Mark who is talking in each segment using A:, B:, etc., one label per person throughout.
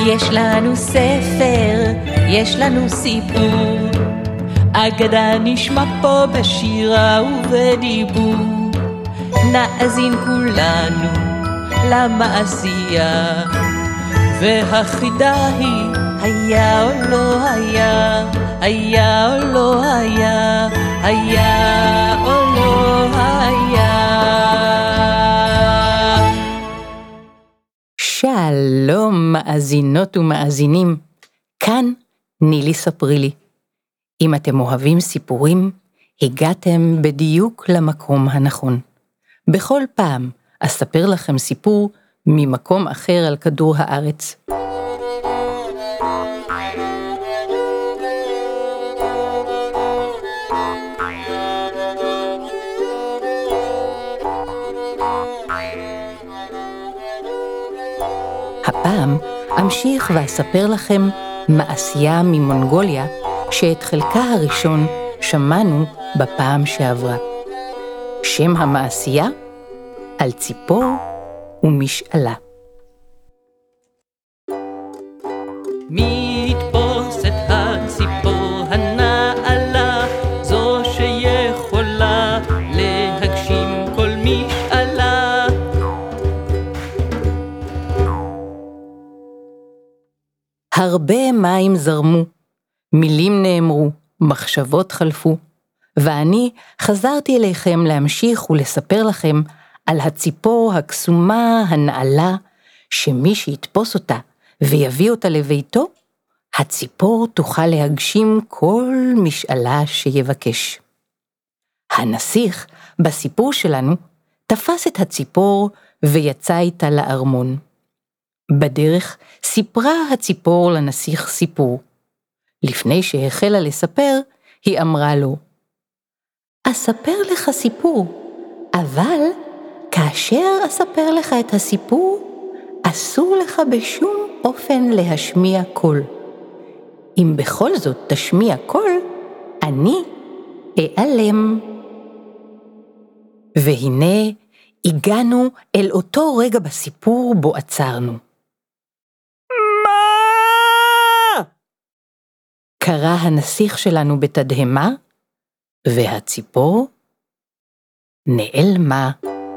A: יש לנו ספר, יש לנו סיפור, אגדה נשמע פה בשירה ובדיבור. נאזין כולנו למעשייה, והחידה היא היה או לא היה, היה או לא היה, היה או לא היה.
B: שלום מאזינות ומאזינים, כאן נילי ספרי לי. אם אתם אוהבים סיפורים, הגעתם בדיוק למקום הנכון. בכל פעם אספר לכם סיפור ממקום אחר על כדור הארץ. הפעם אמשיך ואספר לכם מעשייה ממונגוליה, שאת חלקה הראשון שמענו בפעם שעברה. שם המעשייה? על ציפור ומשאלה.
A: מי יתפוס את הציפור הנעלה, זו שיכולה להגשים כל משאלה.
B: הרבה מים זרמו, מילים נאמרו, מחשבות חלפו, ואני חזרתי אליכם להמשיך ולספר לכם על הציפור הקסומה הנעלה, שמי שיתפוס אותה ויביא אותה לביתו, הציפור תוכל להגשים כל משאלה שיבקש. הנסיך בסיפור שלנו תפס את הציפור ויצא איתה לארמון. בדרך סיפרה הציפור לנסיך סיפור. לפני שהחלה לספר, היא אמרה לו, אספר לך סיפור, אבל כאשר אספר לך את הסיפור, אסור לך בשום אופן להשמיע קול. אם בכל זאת תשמיע קול, אני אעלם. והנה הגענו אל אותו רגע בסיפור בו עצרנו. מה? קרא הנסיך שלנו בתדהמה, והציפור נעלמה.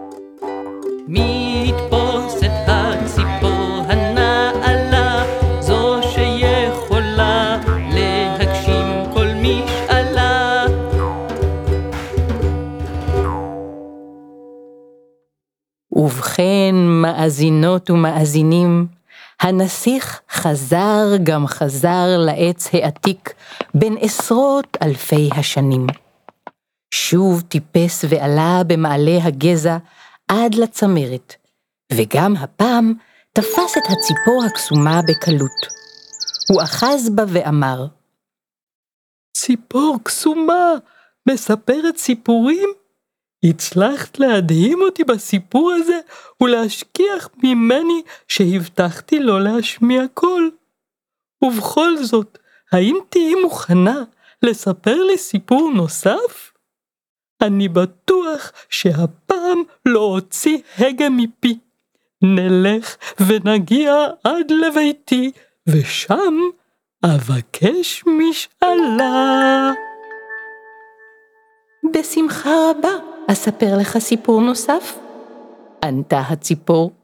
A: מי יתפוס את הציפור הנעלה, זו שיכולה להגשים כל משאלה.
B: ובכן, מאזינות ומאזינים, הנסיך חזר גם חזר לעץ העתיק בין עשרות אלפי השנים. שוב טיפס ועלה במעלה הגזע עד לצמרת, וגם הפעם תפס את הציפור הקסומה בקלות. הוא אחז בה ואמר,
C: ציפור קסומה, מספרת סיפורים? הצלחת להדהים אותי בסיפור הזה ולהשכיח ממני שהבטחתי לא להשמיע קול. ובכל זאת, האם תהי מוכנה לספר לי סיפור נוסף? אני בטוח שהפעם לא הוציא הגה מפי. נלך ונגיע עד לביתי, ושם אבקש משאלה.
B: בשמחה רבה אספר לך סיפור נוסף, ענתה הציפור.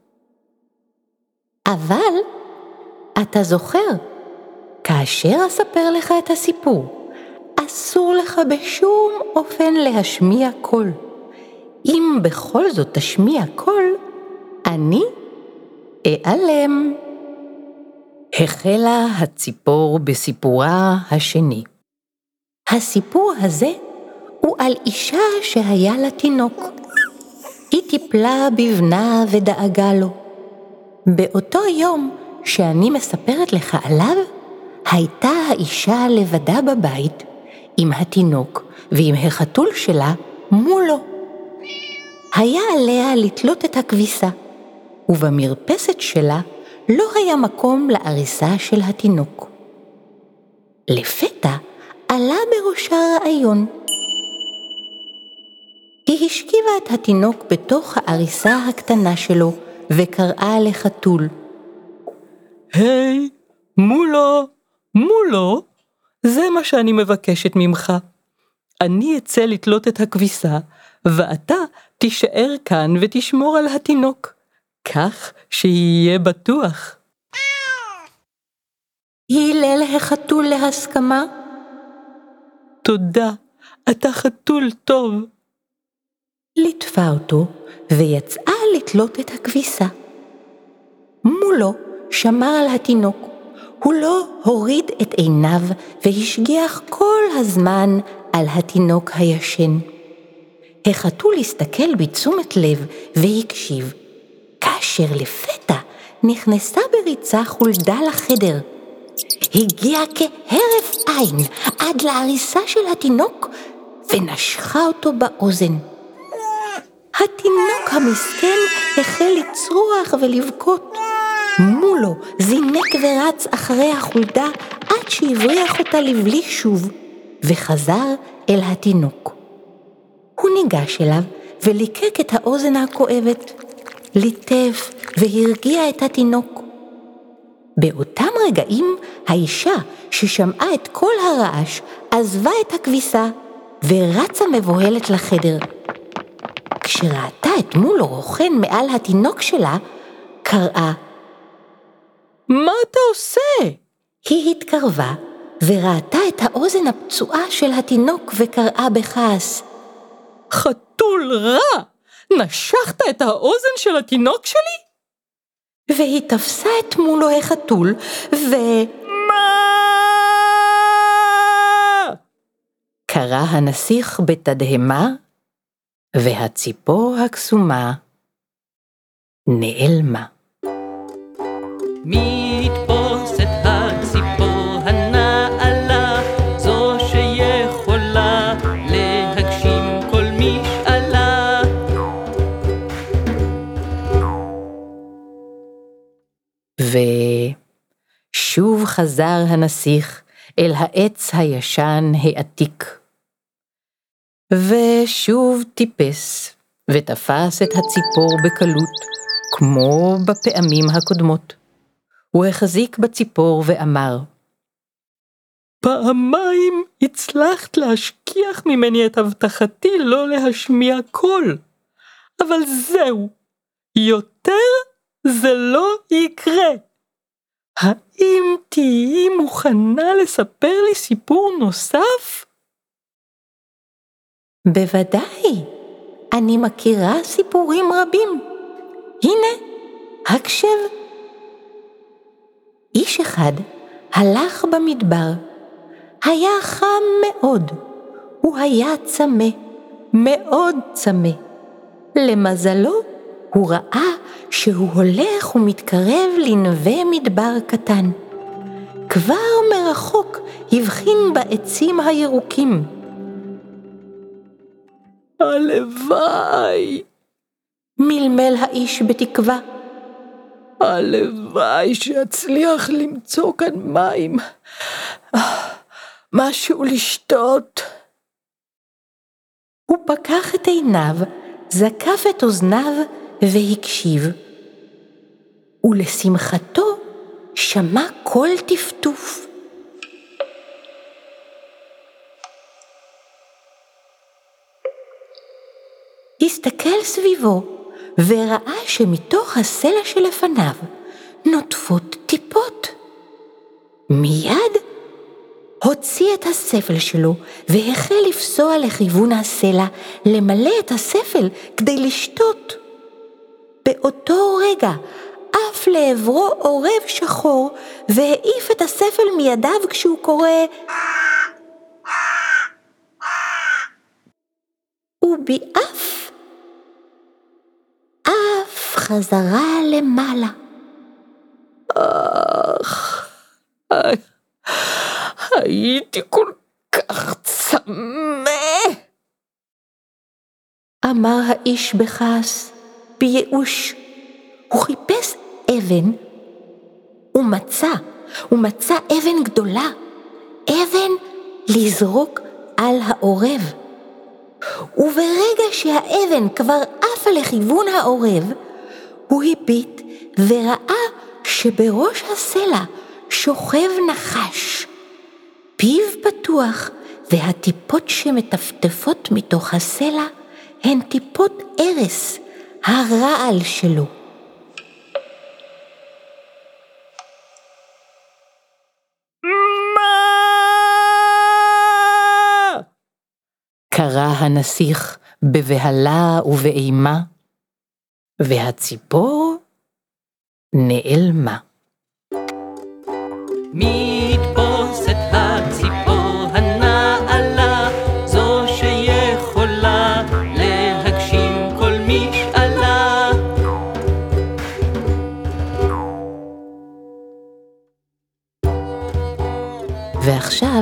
B: אבל אתה זוכר, כאשר אספר לך את הסיפור, אסור לך בשום אופן להשמיע קול. אם בכל זאת תשמיע קול, אני אעלם. החלה הציפור בסיפורה השני. הסיפור הזה הוא על אישה שהיה לה תינוק. היא טיפלה בבנה ודאגה לו. באותו יום שאני מספרת לך עליו, הייתה האישה לבדה בבית עם התינוק ועם החתול שלה מולו. היה עליה לתלות את הכביסה, ובמרפסת שלה לא היה מקום לעריסה של התינוק. לפתע עלה בראשה רעיון. היא השכיבה את התינוק בתוך העריסה הקטנה שלו וקראה לחתול.
C: היי, מולו, זה מה שאני מבקשת ממך. אני אצא לתלות את הכביסה, ואתה תישאר כאן ותשמור על התינוק, כך שיהיה בטוח.
B: הלל החתול להסכמה.
C: תודה, אתה חתול טוב.
B: ליטפה אותו ויצאה לתלות את הכביסה. מולו שמר על התינוק. הוא לא הוריד את עיניו והשגיח כל הזמן על התינוק הישן. החתול הסתכל בתשומת לב והקשיב, כאשר לפתע נכנסה בריצה חולדה לחדר. הגיעה כהרף עין עד לעריסה של התינוק ונשכה אותו באוזן. התינוק המסכן החל לצרוח ולבכות. מולו זינק ורץ אחרי החולדה עד שהבריח אותה לבלי שוב, וחזר אל התינוק. הוא ניגש אליו וליקק את האוזן הכואבת, ליטף והרגיע את התינוק. באותם רגעים האישה ששמעה את כל הרעש עזבה את הכביסה ורצה מבוהלת לחדר. כשראתה את מולו רוכן מעל התינוק שלה, קראה,
C: מה אתה עושה?
B: היא התקרבה וראתה את האוזן הפצועה של התינוק וקראה בכעס,
C: חתול רע! נשכת את האוזן של התינוק שלי?
B: והיא תפסה את מולו החתול
C: מה?
B: קרא הנסיך בתדהמה, והציפור הקסומה נעלמה.
A: מי יתפוס את הציפור הנעלה, זו שיכולה להגשים כל משאלה.
B: ושוב חזר הנסיך אל העץ הישן העתיק. ושוב טיפס ותפס את הציפור בקלות, כמו בפעמים הקודמות. הוא החזיק בציפור ואמר,
C: פעמיים הצלחת להשכיח ממני את הבטחתי לא להשמיע קול. אבל זהו, יותר זה לא יקרה. האם תהיי מוכנה לספר לי סיפור נוסף?
B: בוודאי, אני מכירה סיפורים רבים. הנה, הקשב. איש אחד הלך במדבר. היה חם מאוד. הוא היה צמא, מאוד צמא. למזלו, הוא ראה שהוא הולך ומתקרב לנווה מדבר קטן. כבר מרחוק הבחין בעצים הירוקים.
C: הלוואי,
B: מלמל האיש בתקווה.
C: הלוואי שאצליח למצוא כאן מים, משהו לשתות.
B: הוא פקח את עיניו, זקף את אוזניו והקשיב. ולשמחתו שמע קול טפטוף. הסתכל סביבו וראה שמתוך הסלע שלפניו נוטפות טיפות. מיד הוציא את הספל שלו והחל לפסוע לכיוון הסלע, למלא את הספל כדי לשתות. באותו רגע עף לעברו עורב שחור והעיף את הספל מידיו כשהוא קורא, וביעף עף חזרה למעלה.
C: הייתי כל כך צמא,
B: אמר האיש בכעס, בייאוש. הוא חיפש אבן ומצא אבן גדולה, אבן לזרוק על העורב. וברגע שהאבן כבר עפה לכיוון העורב, הוא הביט וראה שבראש הסלע שוכב נחש, פיו פתוח, והטיפות שמטפטפות מתוך הסלע הן טיפות ארס, הרעל שלו. קרא הנסיך בבהלה ובאימה, והציפור נעלמה.
A: מתבוסת הציפור הנעלה, זו שיכולה להגשים כל משאלה.
B: ועכשיו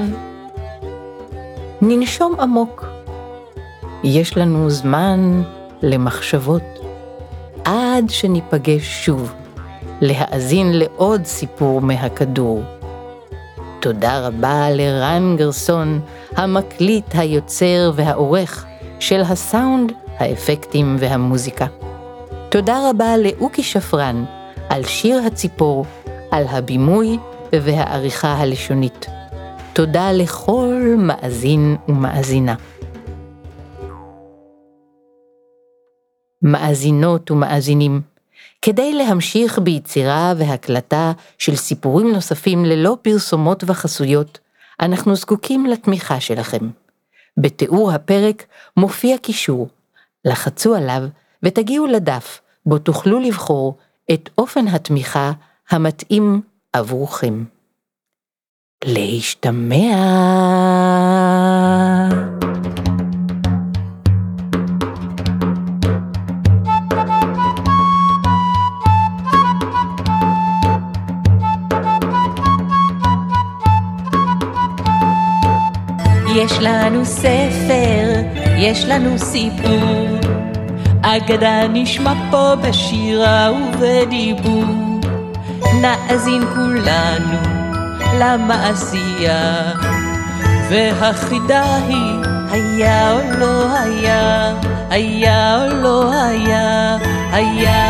B: ננשום עמוק. יש לנו זמן למחשבות, עד שניפגש שוב, להאזין לעוד סיפור מהכדור. תודה רבה לרן גרסון, המקליט, היוצר והעורך של הסאונד, האפקטים והמוזיקה. תודה רבה לאוקי שפרן על שיר הציפור, על הבימוי והעריכה הלשונית. תודה לכל מאזין ומאזינה. מאזינות ומאזינים, כדי להמשיך ביצירה והקלטה של סיפורים נוספים ללא פרסומות וחסויות, אנחנו זקוקים לתמיכה שלכם. בתיאור הפרק מופיע קישור, לחצו עליו ותגיעו לדף בו תוכלו לבחור את אופן התמיכה המתאים עבורכם. להשתמע.
C: יש לנו ספר, יש לנו סיפור, אגדה נשמע פה בשירה ובדיבור. נאזין כולנו למעשייה, והחידה היא היה או לא היה, היה או לא היה, היה